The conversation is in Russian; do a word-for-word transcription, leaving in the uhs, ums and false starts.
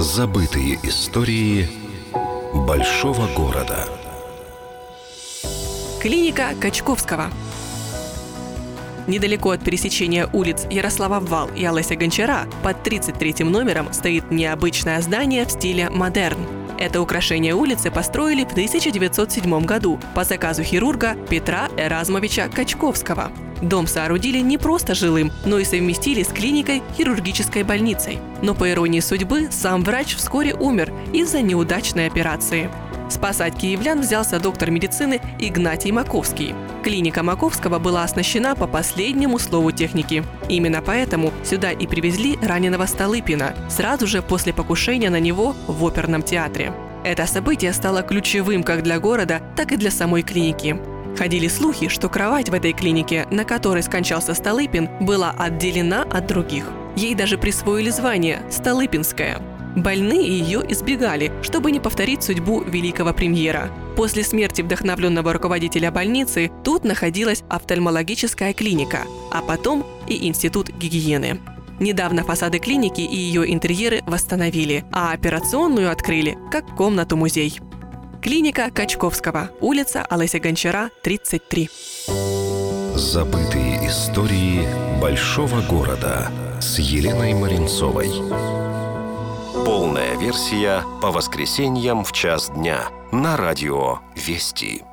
Забытые истории большого города. Клиника Качковского. Недалеко от пересечения улиц Ярослава Вал и Олеся Гончара под тридцать третьим номером стоит необычное здание в стиле модерн. Это украшение улицы построили в тысяча девятьсот седьмом году по заказу хирурга Петра Эразмовича Качковского. Дом соорудили не просто жилым, но и совместили с клиникой хирургической больницей. Но по иронии судьбы сам врач вскоре умер из-за неудачной операции. Спасать киевлян взялся доктор медицины Игнатий Маковский. Клиника Маковского была оснащена по последнему слову техники. Именно поэтому сюда и привезли раненого Столыпина сразу же после покушения на него в оперном театре. Это событие стало ключевым как для города, так и для самой клиники. Ходили слухи, что кровать в этой клинике, на которой скончался Столыпин, была отделена от других. Ей даже присвоили звание «Столыпинская». Больные ее избегали, чтобы не повторить судьбу великого премьера. После смерти вдохновленного руководителя больницы тут находилась офтальмологическая клиника, а потом и институт гигиены. Недавно фасады клиники и ее интерьеры восстановили, а операционную открыли как комнату-музей. Клиника Качковского, улица Олеся Гончара, тридцать три. Забытые истории большого города с Еленой Маринцовой. Полная версия по воскресеньям в час дня на радио Вести.